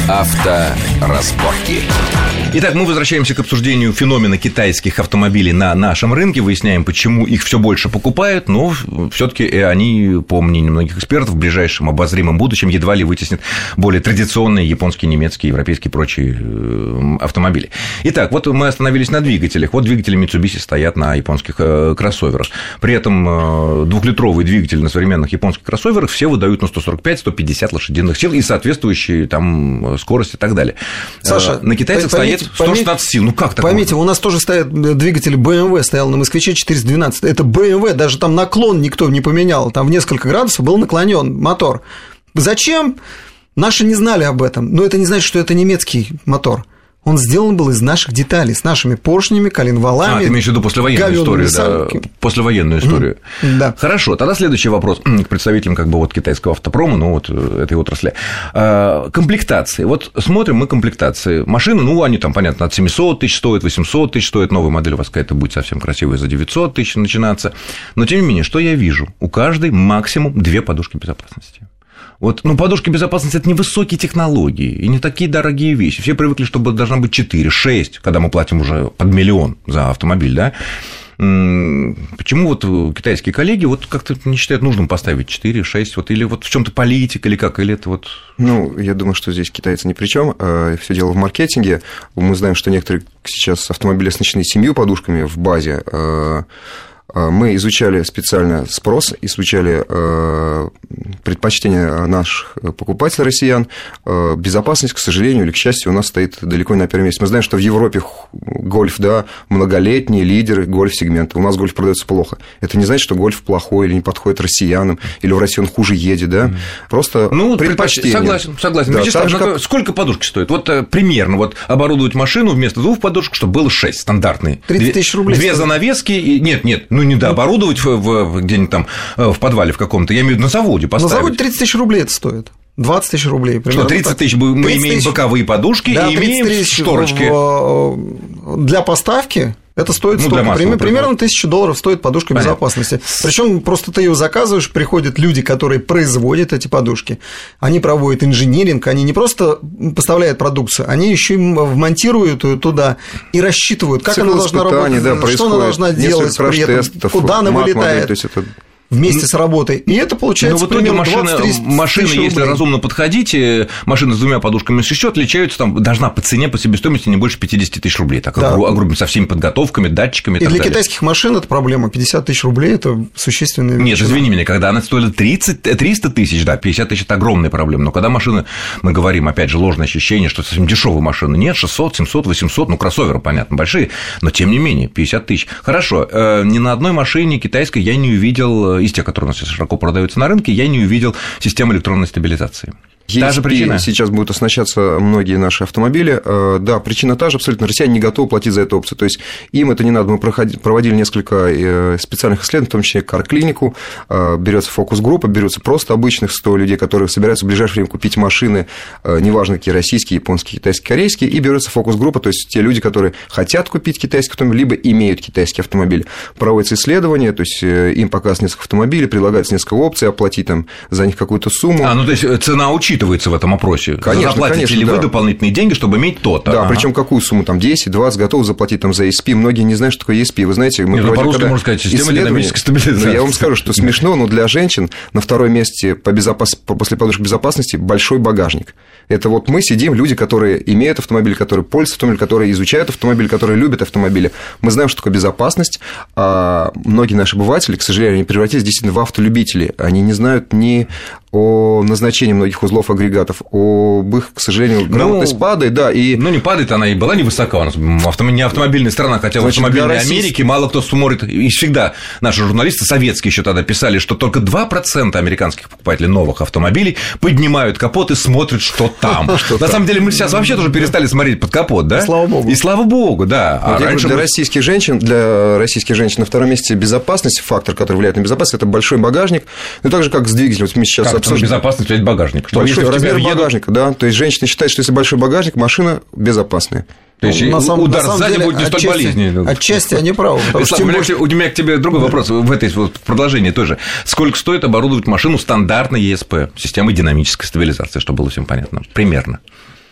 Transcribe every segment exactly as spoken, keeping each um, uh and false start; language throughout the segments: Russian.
Авторазборки. Итак, мы возвращаемся к обсуждению феномена китайских автомобилей на нашем рынке, выясняем, почему их все больше покупают, но все-таки они, по мнению многих экспертов, в ближайшем обозримом будущем едва ли вытеснят более традиционные японские, немецкие, европейские и прочие автомобили. Итак, вот мы остановились на двигателях. Вот двигатели Mitsubishi стоят на японских кроссоверах. При этом двухлитровые двигатели на современных японских кроссоверах все выдают на сто сорок пять - сто пятьдесят лошадиных сил и соответствующие там скорости и так далее. Саша, на китайцах стоит сто шестнадцать сил. Ну как так? Поймите, у нас тоже стоят двигатели бэ эм вэ, стоял на Москвиче четыреста двенадцать. Это бэ эм вэ, даже там наклон никто не поменял. Там в несколько градусов был наклонен мотор. Зачем? Наши не знали об этом. Но это не значит, что это немецкий мотор. Он сделан был из наших деталей, с нашими поршнями, коленвалами. А, ты имеешь в виду послевоенную историю, да, послевоенную историю. Mm-hmm. Да. Хорошо, тогда следующий вопрос к представителям как бы вот китайского автопрома, ну вот этой отрасли. Комплектации. Вот смотрим мы комплектации. Машины, ну, они там, понятно, от семисот тысяч стоят, восемьсот тысяч стоят, новая модель у вас какая-то будет совсем красивая, за девятьсот тысяч начинаться. Но, тем не менее, что я вижу? У каждой максимум две подушки безопасности. Вот, ну, подушки безопасности – это невысокие технологии и не такие дорогие вещи. Все привыкли, чтобы должна быть четыре, шесть, когда мы платим уже под миллион за автомобиль, да? Почему вот китайские коллеги вот как-то не считают нужным поставить четыре, шесть, вот, или вот в чем-то политика, или как, или это вот… Ну, я думаю, что здесь китайцы ни при чем. Все дело в маркетинге. Мы знаем, что некоторые сейчас автомобили оснащены семью подушками в базе. Мы изучали специально спрос, изучали предпочтения наших покупателей россиян. Безопасность, к сожалению или к счастью, у нас стоит далеко не на первом месте. Мы знаем, что в Европе гольф, да, многолетний лидер гольф-сегмента. У нас гольф продается плохо. Это не значит, что гольф плохой или не подходит россиянам, или в России он хуже едет, да. Просто ну, предпочтение. Согласен, согласен. Да, Вячеслав, как... сколько подушки стоит? Вот примерно вот оборудовать машину вместо двух подушек, чтобы было шесть стандартные. тридцать тысяч рублей. Две занавески. И... Нет, нет. Ну, не дооборудовать в, в, где-нибудь там в подвале в каком-то, я имею в виду на заводе поставить. На заводе тридцать тысяч рублей это стоит. двадцать тысяч рублей. Что, тридцать тысяч мы имеем боковые подушки, да, и имеем шторочки. В... Для поставки это стоит ну, столько. Примерно, примерно тысячу долларов стоит подушка Понятно. безопасности. Причем просто ты ее заказываешь, приходят люди, которые производят эти подушки. Они проводят инжиниринг, они не просто поставляют продукцию, они еще и вмонтируют ее туда и рассчитывают, как она должна работать, да, что она должна делать при этом, куда она вылетает. То есть это... вместе с работой. И это получается, ну, в итоге машины, машины если разумно подходить, машины с двумя подушками еще отличаются, там должна по цене, по себестоимости не больше пятьдесят тысяч рублей, так, да. огрубим, со всеми подготовками, датчиками и, и так для далее. Китайских машин это проблема, пятьдесят тысяч рублей – это существенная величина. Нет, извини меня, когда она стоила тридцать, триста тысяч, да, пятьдесят тысяч – это огромная проблема, но когда машины, мы говорим, опять же, ложное ощущение, что совсем дешевые машины, нет, шестьсот, семьсот, восемьсот, ну, кроссоверы, понятно, большие, но тем не менее, пятьдесят тысяч. Хорошо, ни на одной машине китайской я не увидел, из тех, которые у нас сейчас широко продаются на рынке, я не увидел систему электронной стабилизации. Есть та же причина. И сейчас будут оснащаться многие наши автомобили. Да, причина та же, абсолютно. Россияне не готовы платить за эту опцию. То есть им это не надо. Мы проводили несколько специальных исследований, в том числе Car-клинику. Берется фокус-группа, берется просто обычных сто людей, которые собираются в ближайшее время купить машины, неважно какие, российские, японские, китайские, корейские, и берется фокус-группа, то есть те люди, которые хотят купить китайский автомобиль, либо имеют китайский автомобиль. Проводится исследование, то есть им показывают несколько автомобилей, предлагается несколько опций, оплатить там за них какую-то сумму. А, ну то есть цена учитывается в этом опросе. Конечно, заплатите конечно, ли да. вы дополнительные деньги, чтобы иметь то-то. Да, ага. причем какую сумму, там десять, двадцать, готовы заплатить там за и эс пи. Многие не знают, что такое и эс пи. Вы знаете, мы Нет, ну, по-русски можно сказать, система динамической стабилизации. Но я вам скажу, что смешно, но для женщин на втором месте по безопас... после подушек безопасности большой багажник. Это вот мы сидим, люди, которые имеют автомобиль, которые пользуются автомобилем, которые изучают автомобиль, которые любят автомобили. Мы знаем, что такое безопасность. А многие наши обыватели, к сожалению, они превратились действительно в автолюбителей. Они не знают ни о назначении многих узлов агрегатов, об их, к сожалению, грамотность ну, падает, да, и… Ну, не падает, она и была невысока у нас, не автомобильная страна, хотя Значит, в автомобильной России... Америке мало кто смотрит, и всегда наши журналисты советские еще тогда писали, что только два процента американских покупателей новых автомобилей поднимают капот и смотрят, что там. На самом деле мы сейчас вообще тоже перестали смотреть под капот, да? И слава богу. И слава богу, да. А раньше для российских женщин, для российских женщин на втором месте безопасность, фактор, который влияет на безопасность, это большой багажник, ну, так же, как с двигателем, вот мы сейчас обсуждаем. Безопасность взять багажник. Что, большой если размер едут... багажника, да. То есть женщина считает, что если большой багажник, машина безопасная. То есть ну, на самом, удар на сзади деле, будет не столь болезненный. Отчасти они правы. Ислам, у, меня, больше... у меня к тебе другой вопрос в этой вот продолжении тоже. Сколько стоит оборудовать машину стандартной и эс пи, системой динамической стабилизации, чтобы было всем понятно? Примерно.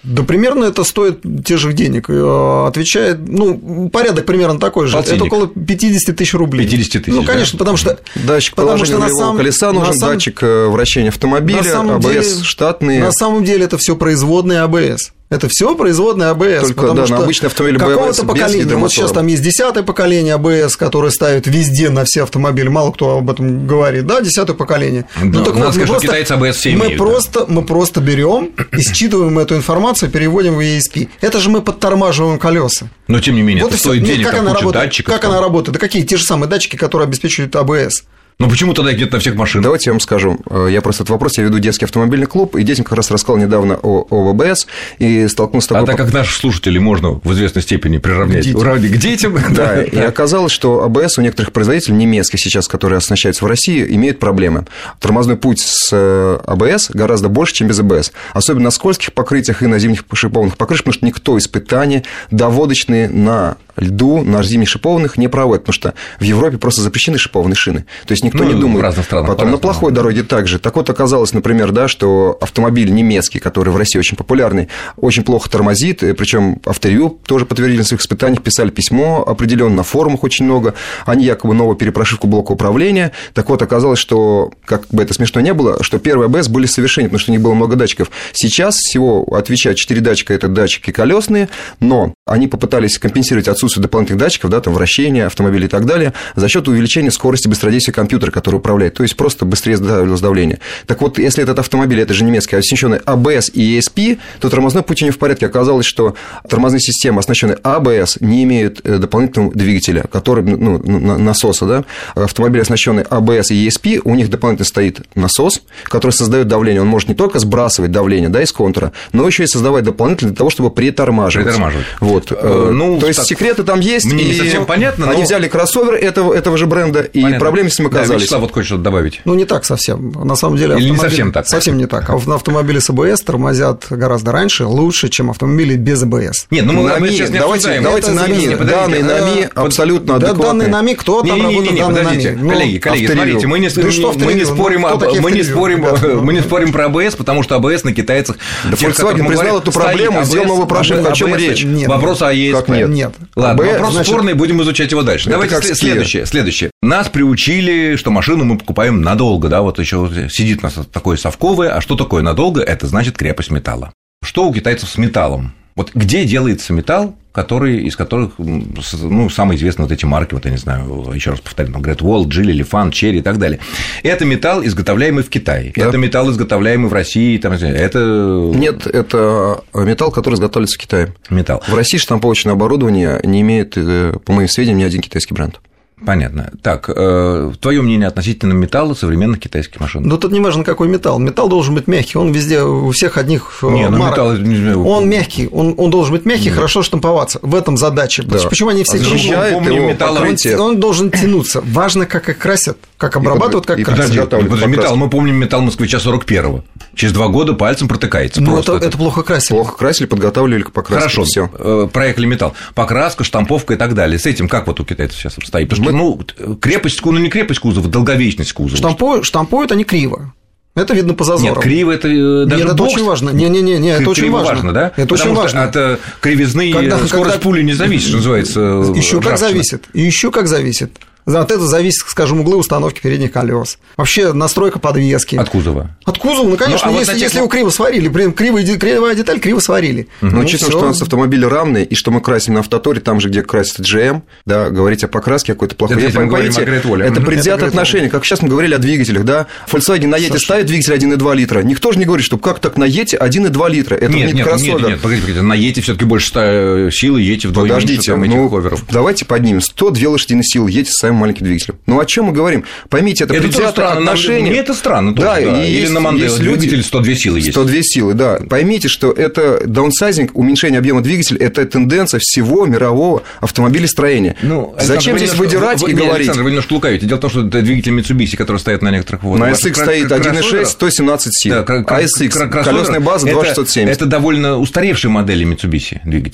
Да примерно это стоит тех же денег. Отвечает, ну, порядок примерно такой же. Полтинник. Это около пятьдесят тысяч рублей. пятьдесят тысяч, Ну, конечно, да? потому что... Датчик потому положения что на рулевого самом, колеса нужен, самом, датчик вращения автомобиля, АБС деле, штатные. На самом деле это все производные АБС. Это все производные АБС. Только, потому да, что на обычный автомобиль какого-то АБС поколения. без Вот сейчас там есть десятое поколение АБС, которое ставят везде на все автомобили. Мало кто об этом говорит. Да, десятое поколение. Да, ну, так надо вот, сказать, просто, что китайцы АБС все мы имеют. просто, Да. мы просто берем и считываем эту информацию, переводим в и эс пи. Это же мы подтормаживаем колеса. Но тем не менее, Вот это и всё. стоит Нет, денег, как там она куча работает? датчиков. Как там. она работает? Да какие? Те же самые датчики, которые обеспечивают АБС. Ну почему тогда где-то на всех машинах? Давайте я вам скажу. Я просто этот вопрос, я веду детский автомобильный клуб, и детям как раз рассказал недавно о, о АБС, и столкнулся с такой... А так как наших слушателей можно в известной степени приравнять уравнивать к детям. Да, и оказалось, что АБС у некоторых производителей, немецких сейчас, которые оснащаются в России, имеют проблемы. Тормозной путь с АБС гораздо больше, чем без АБС. Особенно на скользких покрытиях и на зимних шипованных покрышках, потому что никто испытания доводочные на льду, на зимних шипованных не проводит, потому что в Европе просто запрещены шипованные шины. То есть никто ну, не думает. В разных странах Потом на плохой дороге также. Так вот оказалось, например, да, что автомобиль немецкий, который в России очень популярный, очень плохо тормозит, причем авторевью тоже подтвердили на своих испытаниях, писали письмо определенно на форумах очень много, они якобы новую перепрошивку блока управления. Так вот оказалось, что, как бы это смешно не было, что первые АБС были совершеннее, потому что у них было много датчиков. Сейчас всего отвечают четыре датчика, это датчики колесные, но они попытались компенсировать отсутствие дополнительных датчиков, да, там вращения автомобиля и так далее, за счет увеличения скорости быстродействия компьютера, который управляет, то есть просто быстрее сдавилось давление. Так вот, если этот автомобиль, это же немецкий, оснащенный АБС и и эс пи, то тормозной путь у него в порядке. Оказалось, что тормозные системы, оснащенные АБС, не имеют дополнительного двигателя, который, ну, насоса, да, автомобиль, оснащенный АБС и и эс пи, у них дополнительно стоит насос, который создает давление. Он может не только сбрасывать давление, да, из контура, но еще и создавать дополнительно для того, чтобы притормаживать. Притормаживать. Вот. Ну, то есть так, секреты там есть. Мне и не совсем понятно, они но... взяли кроссовер этого, этого же бренда, и понятно. проблемы с ним оказались. Да, Вячеслав, вот хочет что-то добавить. Ну, не так совсем. На самом деле... Или не совсем так? Совсем не так. А на автомобиле с АБС тормозят гораздо раньше, лучше, чем автомобили без АБС. Нет, ну мы НАМИ, сейчас не давайте, обсуждаем. давайте Это, НАМИ, подождите, данные НАМИ да, абсолютно да, адекватные. данные НАМИ, кто там не, не, работает, не, не, данные подождите, НАМИ? коллеги, коллеги, авторевью. смотрите, мы не, Да мы, что мы не авторевью? спорим, Ну, об, кто такие мы не авторевью, спорим, ребята? мы не спорим про АБС, потому что АБС на китайцах... Да тех, Volkswagen мы признал говорим, эту проблему и стоит сделал новую АБС, прошивку. О чем АБС, речь? Нет. Вопрос о и эс пи. Как нет? Нет. Ладно, АБС, вопрос значит, спорный, будем изучать его дальше. Давайте как след- с Kia. следующее, следующее. Нас приучили, что машину мы покупаем надолго, да, вот еще сидит у нас такое совковое, а что такое надолго? Это значит крепость металла. Что у китайцев с металлом? Вот где делается металл, который, из которых, ну, самые известные вот эти марки, вот я не знаю, еще раз повторю, Great Wall, Geely, Lifan, Cherry и так далее. Это металл, изготовляемый в Китае. Да. Это металл, изготовляемый в России. Там, это... Нет, это металл, который изготавливается в Китае. Металл. В России штамповочное оборудование не имеет, по моим сведениям, ни один китайский бренд. Понятно. Так, э, твое мнение относительно металла современных китайских машин? Ну, тут не важно, какой металл. Металл должен быть мягкий, он везде, у всех одних не, ну, марок. Металл, не... Он мягкий, он, он должен быть мягкий, mm. хорошо штамповаться. В этом задача. Да. Почему они все защищают его покрытие? Он должен тянуться. Важно, как их красят, как обрабатывают, как и красят. Подожди, подожди, металл, мы помним металл москвича сорок первого. Через два года пальцем протыкается. Ну, это, это. это плохо красили. Плохо красили, подготавливали к покраске. Хорошо, всё. Проехали металл. Покраска, штамповка и так далее. С этим как вот у китайцев сейчас обстоит? Потому что, ну, крепость, ну, не крепость кузова, долговечность кузова. Штампуют, штампуют они криво. Это видно по зазорам. Нет, криво это даже Нет, это бокс. очень важно. Не-не-не, не, это очень важно. важно, да? Это Потому очень что важно. от э, кривизны когда, скорость когда... пули не зависит, что называется. Еще как ржавчина. зависит. И еще как зависит. От этого зависит, скажем, углы установки передних колес. Вообще настройка подвески. От кузова. От кузова, ну, конечно, ну, а если, вот если его криво сварили, прям кривая, кривая деталь, криво сварили. Но ну, учитывая, что у нас автомобили равные, и что мы красим на автоторе, там же, где красится джи эм, да, говорить о покраске какой-то плохой. Это, Я, мы поймите, это предвзятое отношение. Как сейчас мы говорили о двигателях, да. Volkswagen на Yeti ставит двигатель один и два литра. Никто же не говорит, что как так на Yeti один и два литра. Это нет, не нет, кроссовер. Нет, нет, погодите, погодите, на Yeti все-таки больше ста силы, Yeti вдвое меньше, Подождите, там, этих ну, ховеров. давайте поднимем. сто две лошадиные силы Yeti с самым маленьким двигателем. Ну, о чем мы говорим? Поймите, это, это предвзятое отношение. Мне это странно тоже, да, да. И Или есть, на Мондео двигатель сто две силы есть. сто две силы, да. Поймите, что это даунсайзинг, уменьшение объема двигателя, это тенденция всего мирового автомобилестроения. Ну, зачем здесь немножко, выдирать вы, и вы, говорить? Александр, вы немножко лукавите. Дело в том, что это двигатель Mitsubishi, который стоит на некоторых... Вот, на эс икс стоит один и шесть, сто семнадцать сил, да, а эс икс, колесная база, два тысяча шестьсот семьдесят. Это довольно устаревшие модели Mitsubishi двигателей.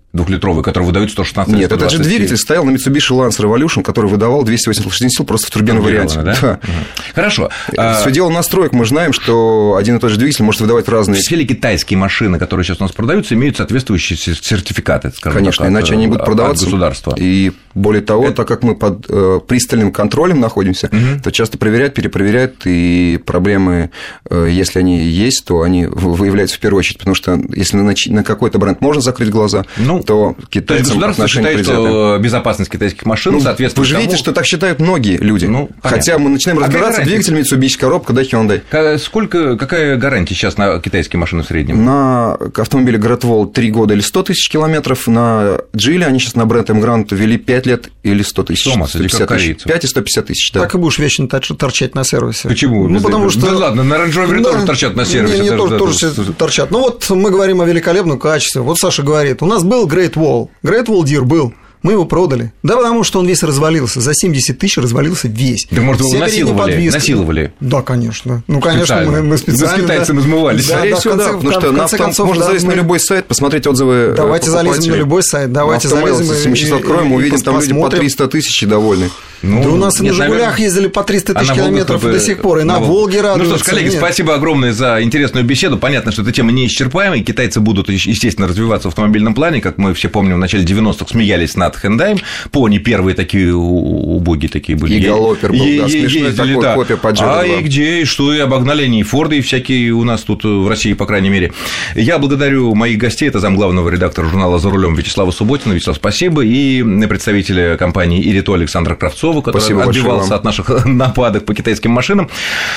двухлитровый, который выдает сто шестнадцать. Нет, этот же двигатель стоял на Mitsubishi Lancer Evolution, который выдавал двести восемьдесят лошадиных сил просто в турбинном варианте. Да? Да. Угу. Хорошо. Все дело настроек. Мы знаем, что один и тот же двигатель может выдавать разные... Все ли китайские машины, которые сейчас у нас продаются, имеют соответствующие сертификаты, скажем Конечно, так, иначе от, они будут продаваться. От государства. И более того, Это... так как мы под э, пристальным контролем находимся, угу. то часто проверяют, перепроверяют, и проблемы, э, если они есть, то они выявляются в первую очередь, потому что если на, на какой-то бренд можно закрыть глаза, ну, то китайцам то государство считает, что безопасность китайских машин ну, соответствует. Вы же видите, тому... что так считают многие люди. Ну, хотя мы начинаем разбираться, а двигатель Mitsubishi, коробка, да, Hyundai. Сколько, какая гарантия сейчас на китайские машины в среднем? На автомобиле Great Wall три года или сто тысяч километров, на Geely они сейчас на бренд Emgrand ввели пять лет или сто тысяч. сто пятьдесят тысяч. пять и сто пятьдесят тысяч, да. Так и будешь вечно торчать на сервисе. Почему? Ну, потому что... Ну, ладно, на Range Rover да, тоже торчат на сервисе. Не, не даже, тоже, даже... тоже торчат. Ну, вот мы говорим о великолепном качестве. Вот Саша говорит, у нас был Great Wall. Great Wall Deer был. Мы его продали. Да, потому что он весь развалился. За семьдесят тысяч развалился весь. Да, может, его насиловали? Насиловали? Да, конечно. Ну, конечно, мы, мы специально. Мы с китайцем да, измывались. Да, Скорее всего, да. Потому что на автом... можно да, залезть мы... на любой сайт, посмотреть отзывы. Давайте залезем на любой сайт. Давайте залезем. Если мы сейчас откроем, увидим там люди по триста тысяч и довольны. Ну, да у нас и на «Жигулях» наверное... ездили по триста тысяч километров и до сих пор, и на, на «Волге» радуются. Ну что ж, коллеги, нет. Спасибо огромное за интересную беседу. Понятно, что эта тема неисчерпаемая, китайцы будут, естественно, развиваться в автомобильном плане, как мы все помним, в начале девяностых смеялись над Hyundai, пони первые такие убогие такие были. И Галопер был, да, смешной такой, да. копия Паджеро. А и где, и что, и обогнали они и Форды, и всякие у нас тут в России, по крайней мере. Я благодарю моих гостей, это замглавного редактора журнала «За рулем» Вячеслава Субботина. Вячеслав, спасибо, и представителя компании «Ирито» Александра Кравцова, который отбивался от наших нападок по китайским машинам.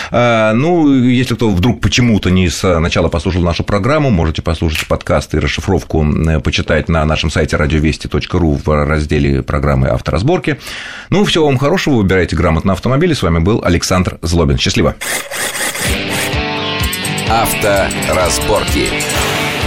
Ну, если кто вдруг почему-то не с начала послушал нашу программу, можете послушать подкаст и расшифровку почитать на нашем сайте радиовести точка ру в разделе программы «Авторазборки». Ну, всего вам хорошего, выбирайте грамотно автомобили. С вами был Александр Злобин. Счастливо. Авторазборки.